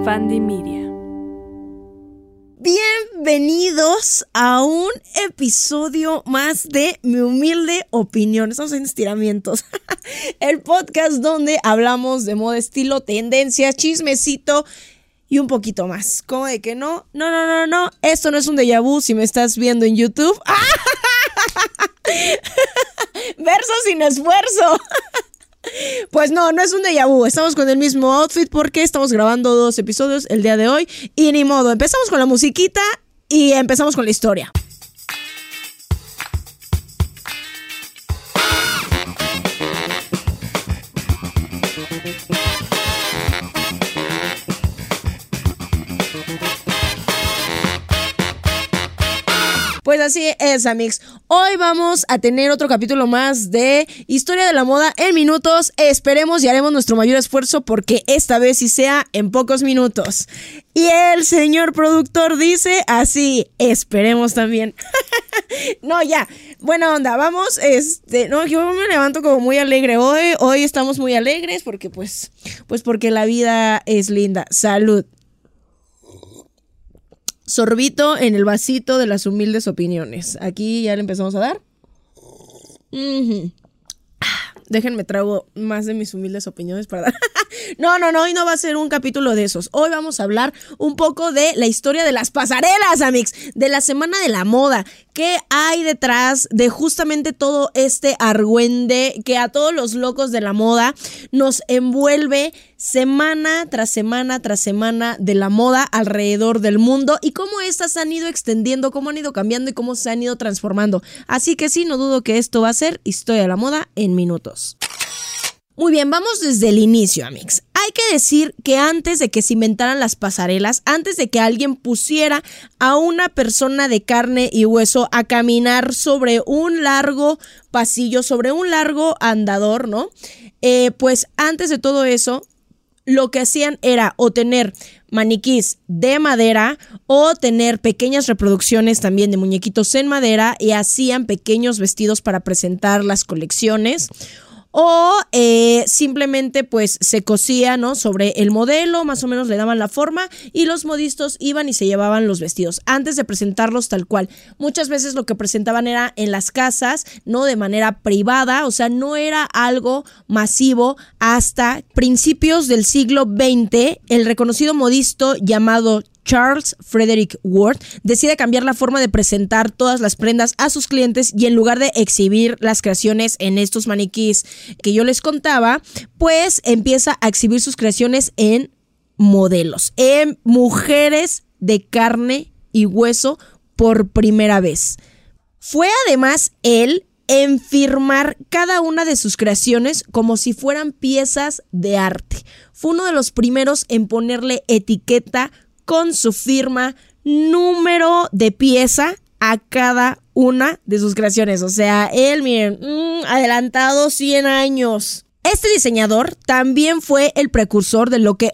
Fandi Media. Bienvenidos a un episodio más de Mi Humilde Opinión. Estamos en estiramientos. El podcast donde hablamos de moda, estilo, tendencias, chismecito y un poquito más. ¿Cómo de que no? No. Esto no es un déjà vu si me estás viendo en YouTube. Verso sin esfuerzo. Pues no es un déjà vu. Estamos con el mismo outfit porque estamos grabando 2 episodios el día de hoy. Y ni modo, empezamos con la musiquita y empezamos con la historia. Pues así es, amigos. Hoy vamos a tener otro capítulo más de Historia de la Moda en minutos. Esperemos y haremos nuestro mayor esfuerzo porque esta vez sí sea en pocos minutos. Y el señor productor dice así, esperemos también. No, ya, buena onda, vamos, no, yo me levanto como muy alegre hoy estamos muy alegres porque pues porque la vida es linda. Salud. Sorbito en el vasito de las humildes opiniones. Aquí ya le empezamos a dar. Déjenme trago más de mis humildes opiniones para dar. No, hoy no va a ser un capítulo de esos. Hoy vamos a hablar un poco de la historia de las pasarelas, amigos, de la semana de la moda. ¿Qué hay detrás de justamente todo este argüende que a todos los locos de la moda nos envuelve semana tras semana tras semana de la moda alrededor del mundo y cómo estas han ido extendiendo, cómo han ido cambiando y cómo se han ido transformando? Así que sí, no dudo que esto va a ser Historia de la Moda en minutos. Muy bien, vamos desde el inicio, amigos. Hay que decir que antes de que se inventaran las pasarelas, antes de que alguien pusiera a una persona de carne y hueso a caminar sobre un largo pasillo, sobre un largo andador, ¿no? Pues antes de todo eso, lo que hacían era o tener maniquís de madera o tener pequeñas reproducciones también de muñequitos en madera y hacían pequeños vestidos para presentar las colecciones. O simplemente pues se cosía, ¿no?, sobre el modelo, más o menos le daban la forma y los modistos iban y se llevaban los vestidos antes de presentarlos tal cual. Muchas veces lo que presentaban era en las casas, no de manera privada, o sea, no era algo masivo. Hasta principios del siglo XX, el reconocido modisto llamado Charles Frederick Ward decide cambiar la forma de presentar todas las prendas a sus clientes y en lugar de exhibir las creaciones en estos maniquís que yo les contaba, pues empieza a exhibir sus creaciones en modelos, en mujeres de carne y hueso por primera vez. Fue además él en firmar cada una de sus creaciones como si fueran piezas de arte. Fue uno de los primeros en ponerle etiqueta con su firma, número de pieza a cada una de sus creaciones. O sea, él, miren, adelantado 100 años. Este diseñador también fue el precursor de lo que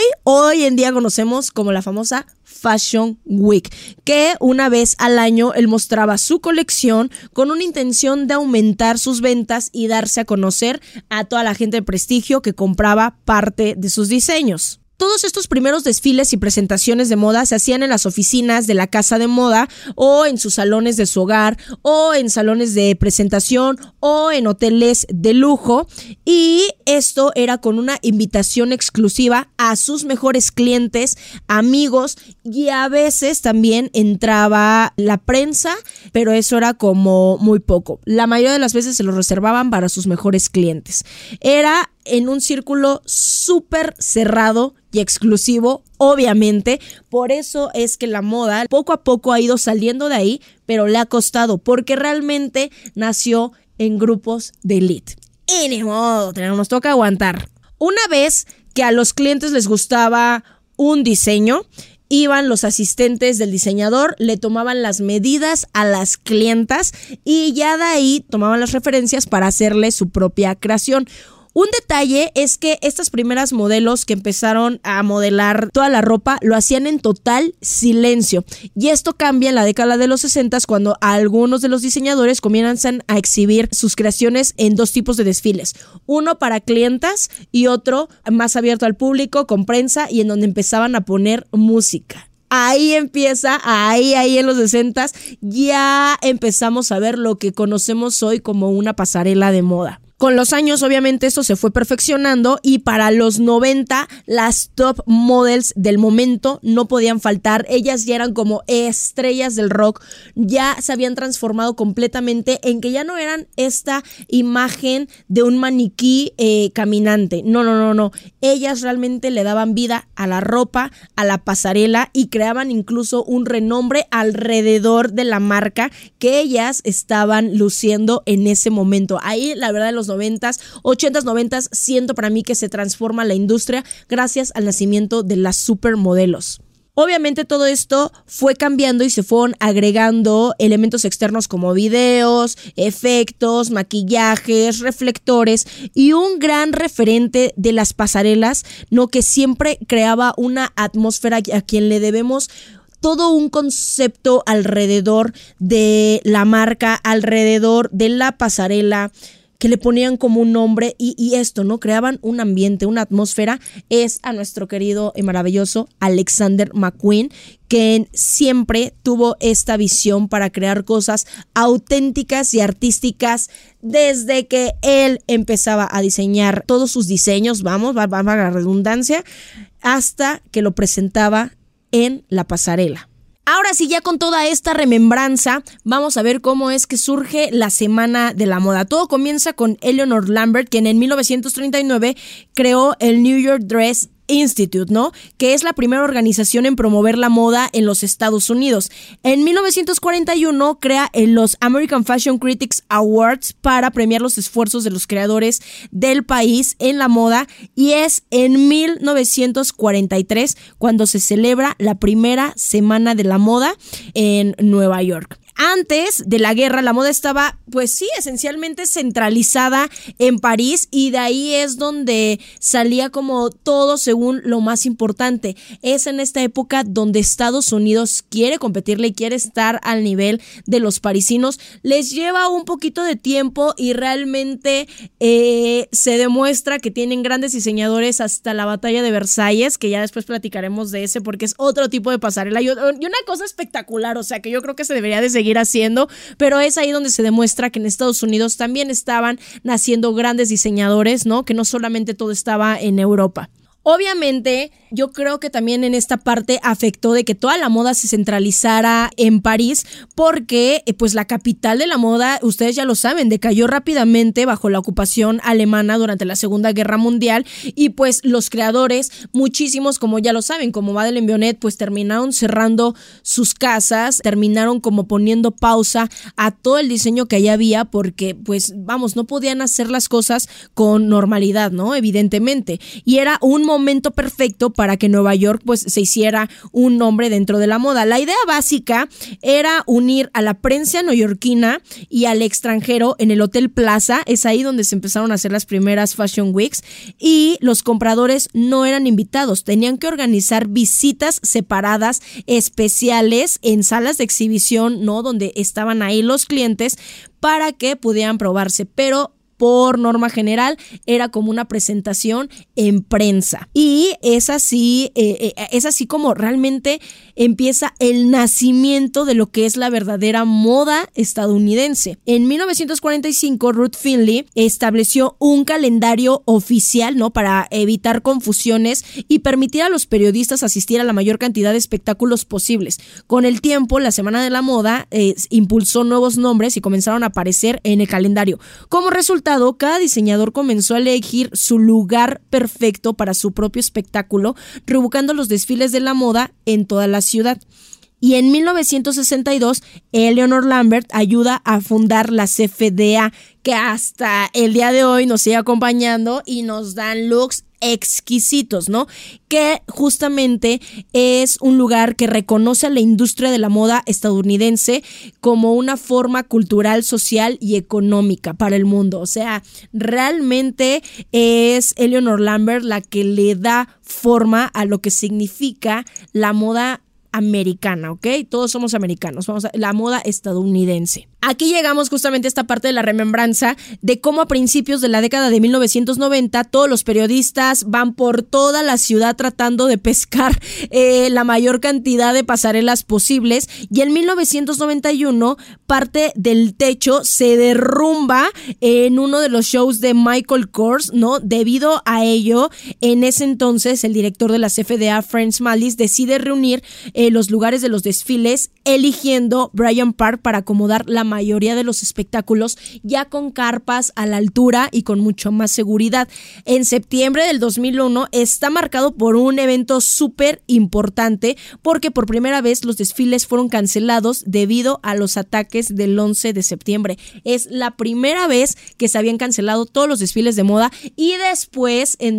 hoy en día conocemos como la famosa Fashion Week, que una vez al año él mostraba su colección con una intención de aumentar sus ventas y darse a conocer a toda la gente de prestigio que compraba parte de sus diseños. Todos estos primeros desfiles y presentaciones de moda se hacían en las oficinas de la casa de moda o en sus salones de su hogar o en salones de presentación o en hoteles de lujo, y esto era con una invitación exclusiva a sus mejores clientes, amigos, y a veces también entraba la prensa, pero eso era como muy poco. La mayoría de las veces se lo reservaban para sus mejores clientes. Era en un círculo súper cerrado y exclusivo, obviamente. Por eso es que la moda poco a poco ha ido saliendo de ahí, pero le ha costado, porque realmente nació en grupos de élite. Y ni modo, nos toca aguantar. Una vez que a los clientes les gustaba un diseño, iban los asistentes del diseñador, le tomaban las medidas a las clientas y ya de ahí tomaban las referencias para hacerle su propia creación. Un detalle es que estas primeras modelos que empezaron a modelar toda la ropa lo hacían en total silencio, y esto cambia en la década de los 60 cuando algunos de los diseñadores comienzan a exhibir sus creaciones en dos tipos de desfiles, uno para clientas y otro más abierto al público con prensa y en donde empezaban a poner música. Ahí empieza, ahí en los 60s ya empezamos a ver lo que conocemos hoy como una pasarela de moda. Con los años, obviamente, esto se fue perfeccionando y para los 90 las top models del momento no podían faltar. Ellas ya eran como estrellas del rock, ya se habían transformado completamente en que ya no eran esta imagen de un maniquí caminante. No. Ellas realmente le daban vida a la ropa, a la pasarela y creaban incluso un renombre alrededor de la marca que ellas estaban luciendo en ese momento. Ahí, la verdad, en los 90s, 80s, 90s, siento para mí que se transforma la industria gracias al nacimiento de las supermodelos. Obviamente todo esto fue cambiando y se fueron agregando elementos externos como videos, efectos, maquillajes, reflectores y un gran referente de las pasarelas, ¿no? Que siempre creaba una atmósfera a quien le debemos todo un concepto alrededor de la marca, alrededor de la pasarela, que le ponían como un nombre y esto, ¿no? Creaban un ambiente, una atmósfera. Es a nuestro querido y maravilloso Alexander McQueen, que siempre tuvo esta visión para crear cosas auténticas y artísticas desde que él empezaba a diseñar todos sus diseños, vamos a la redundancia, hasta que lo presentaba en la pasarela. Ahora sí, ya con toda esta remembranza, vamos a ver cómo es que surge la Semana de la Moda. Todo comienza con Eleanor Lambert, quien en 1939 creó el New York Dress Institute, ¿no? Que es la primera organización en promover la moda en los Estados Unidos. En 1941 crea los American Fashion Critics Awards para premiar los esfuerzos de los creadores del país en la moda, y es en 1943 cuando se celebra la primera Semana de la Moda en Nueva York. Antes de la guerra, la moda estaba, pues sí, esencialmente centralizada en París, y de ahí es donde salía como todo según lo más importante. Es en esta época donde Estados Unidos quiere competirle y quiere estar al nivel de los parisinos. Les lleva un poquito de tiempo y realmente se demuestra que tienen grandes diseñadores hasta la batalla de Versalles, que ya después platicaremos de ese porque es otro tipo de pasarela y una cosa espectacular, o sea que yo creo que se debería de seguir haciendo, pero es ahí donde se demuestra que en Estados Unidos también estaban naciendo grandes diseñadores, ¿no? Que no solamente todo estaba en Europa. Obviamente, yo creo que también en esta parte afectó de que toda la moda se centralizara en París, porque pues la capital de la moda, ustedes ya lo saben, decayó rápidamente bajo la ocupación alemana durante la Segunda Guerra Mundial, y pues los creadores, muchísimos, como ya lo saben, como Madeleine Vionnet, pues terminaron cerrando sus casas, terminaron como poniendo pausa a todo el diseño que allá había, porque pues vamos, no podían hacer las cosas con normalidad, ¿no? Evidentemente, y era un momento perfecto para que Nueva York pues se hiciera un nombre dentro de la moda. La idea básica era unir a la prensa neoyorquina y al extranjero en el Hotel Plaza. Es ahí donde se empezaron a hacer las primeras Fashion Weeks, y los compradores no eran invitados, tenían que organizar visitas separadas especiales en salas de exhibición, ¿no? Donde estaban ahí los clientes para que pudieran probarse, pero por norma general era como una presentación en prensa, y es así como realmente empieza el nacimiento de lo que es la verdadera moda estadounidense. En 1945 Ruth Finley estableció un calendario oficial, ¿no? Para evitar confusiones y permitir a los periodistas asistir a la mayor cantidad de espectáculos posibles. Con el tiempo, la Semana de la Moda impulsó nuevos nombres y comenzaron a aparecer en el calendario. Como resultado, cada diseñador comenzó a elegir su lugar perfecto para su propio espectáculo, reubicando los desfiles de la moda en toda la ciudad. Y en 1962, Eleanor Lambert ayuda a fundar la CFDA, que hasta el día de hoy nos sigue acompañando y nos dan looks exquisitos, ¿no? Que justamente es un lugar que reconoce a la industria de la moda estadounidense como una forma cultural, social y económica para el mundo. O sea, realmente es Eleanor Lambert la que le da forma a lo que significa la moda americana, ¿ok? Todos somos americanos, la moda estadounidense. Aquí llegamos justamente a esta parte de la remembranza de cómo a principios de la década de 1990 todos los periodistas van por toda la ciudad tratando de pescar la mayor cantidad de pasarelas posibles, y en 1991 parte del techo se derrumba en uno de los shows de Michael Kors, ¿no? Debido a ello, en ese entonces el director de la CFDA, Franz Mallis, decide reunir los lugares de los desfiles, eligiendo Bryant Park para acomodar la mayoría de los espectáculos, ya con carpas a la altura y con mucho más seguridad. En septiembre del 2001 está marcado por un evento súper importante, porque por primera vez los desfiles fueron cancelados debido a los ataques del 11 de septiembre. Es la primera vez que se habían cancelado todos los desfiles de moda, y después en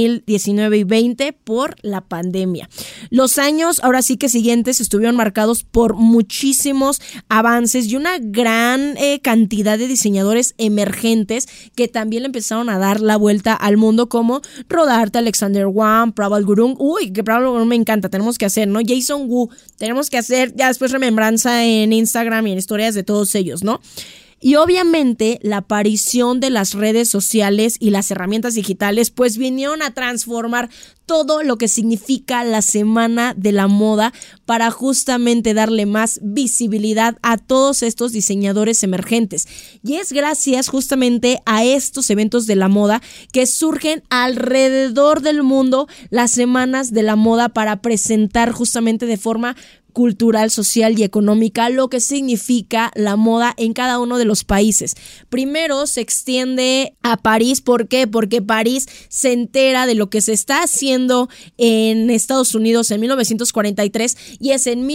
2019 y 20 por la pandemia. Los años ahora sí que siguientes estuvieron marcados por muchísimos avances y una gran cantidad de diseñadores emergentes que también le empezaron a dar la vuelta al mundo, como Rodarte, Alexander Wang, Prabal Gurung. Uy, que Prabal Gurung me encanta, tenemos que hacer, ¿no? Jason Wu, tenemos que hacer ya después remembranza en Instagram y en historias de todos ellos, ¿no? Y obviamente la aparición de las redes sociales y las herramientas digitales pues vinieron a transformar todo lo que significa la Semana de la Moda, para justamente darle más visibilidad a todos estos diseñadores emergentes. Y es gracias justamente a estos eventos de la moda que surgen alrededor del mundo las semanas de la moda, para presentar justamente de forma cultural, social y económica lo que significa la moda en cada uno de los países. Primero se extiende a París. ¿Por qué? Porque París se entera de lo que se está haciendo en Estados Unidos en 1943, y es en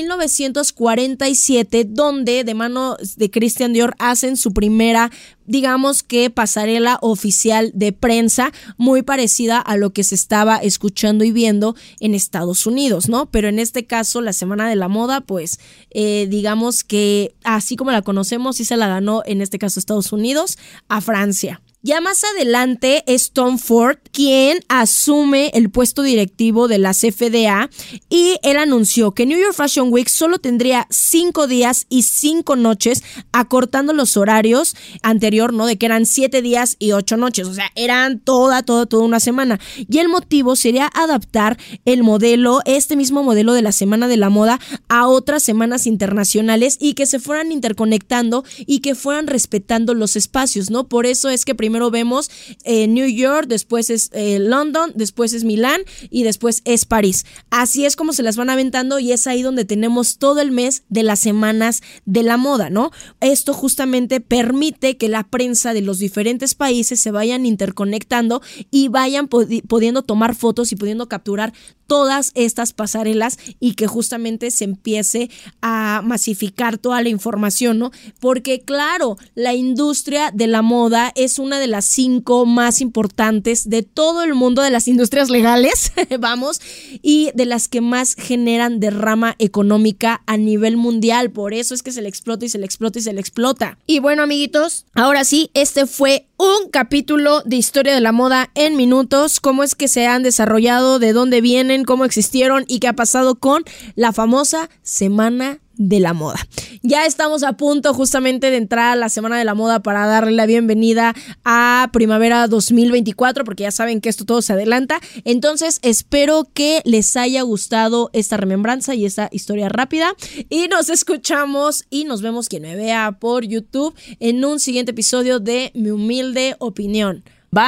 1947 donde de mano de Christian Dior hacen su primera, digamos que pasarela oficial de prensa, muy parecida a lo que se estaba escuchando y viendo en Estados Unidos, ¿no? Pero en este caso la Semana de la Moda, pues digamos que así como la conocemos, sí se la ganó en este caso Estados Unidos a Francia. Ya más adelante es Tom Ford quien asume el puesto directivo de la CFDA, y él anunció que New York Fashion Week solo tendría 5 días y 5 noches, acortando los horarios anterior, ¿no? De que eran 7 días y 8 noches, o sea, eran toda una semana. Y el motivo sería adaptar el modelo, este mismo modelo de la Semana de la Moda, a otras semanas internacionales, y que se fueran interconectando y que fueran respetando los espacios, ¿no? Por eso es que primero vemos New York, después es London, después es Milán y después es París. Así es como se las van aventando, y es ahí donde tenemos todo el mes de las semanas de la moda, ¿no? Esto justamente permite que la prensa de los diferentes países se vayan interconectando y vayan pudiendo tomar fotos y pudiendo capturar todas estas pasarelas, y que justamente se empiece a masificar toda la información, ¿no? Porque claro, la industria de la moda es una de las 5 más importantes de todo el mundo, de las industrias legales, vamos, y de las que más generan derrama económica a nivel mundial. Por eso es que se le explota y se le explota y se le explota. Y bueno, amiguitos, ahora sí, este fue un capítulo de historia de la moda en minutos, cómo es que se han desarrollado, de dónde vienen, cómo existieron y qué ha pasado con la famosa Semana de la Moda. Ya estamos a punto justamente de entrar a la Semana de la Moda para darle la bienvenida a primavera 2024, porque ya saben que esto todo se adelanta. Entonces espero que les haya gustado esta remembranza y esta historia rápida, y nos escuchamos y nos vemos quien me vea por YouTube en un siguiente episodio de Mi Humilde Opinión.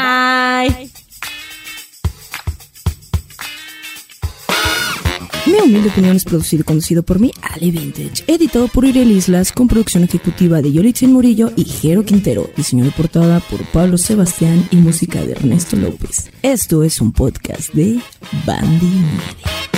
Bye. Mi Humilde Opinión es producido y conducido por mí, Ale Vintage, editado por Uriel Islas, con producción ejecutiva de Yolitzin Murillo y Jero Quintero, diseño de portada por Pablo Sebastián y música de Ernesto López. Esto es un podcast de Bandy Media.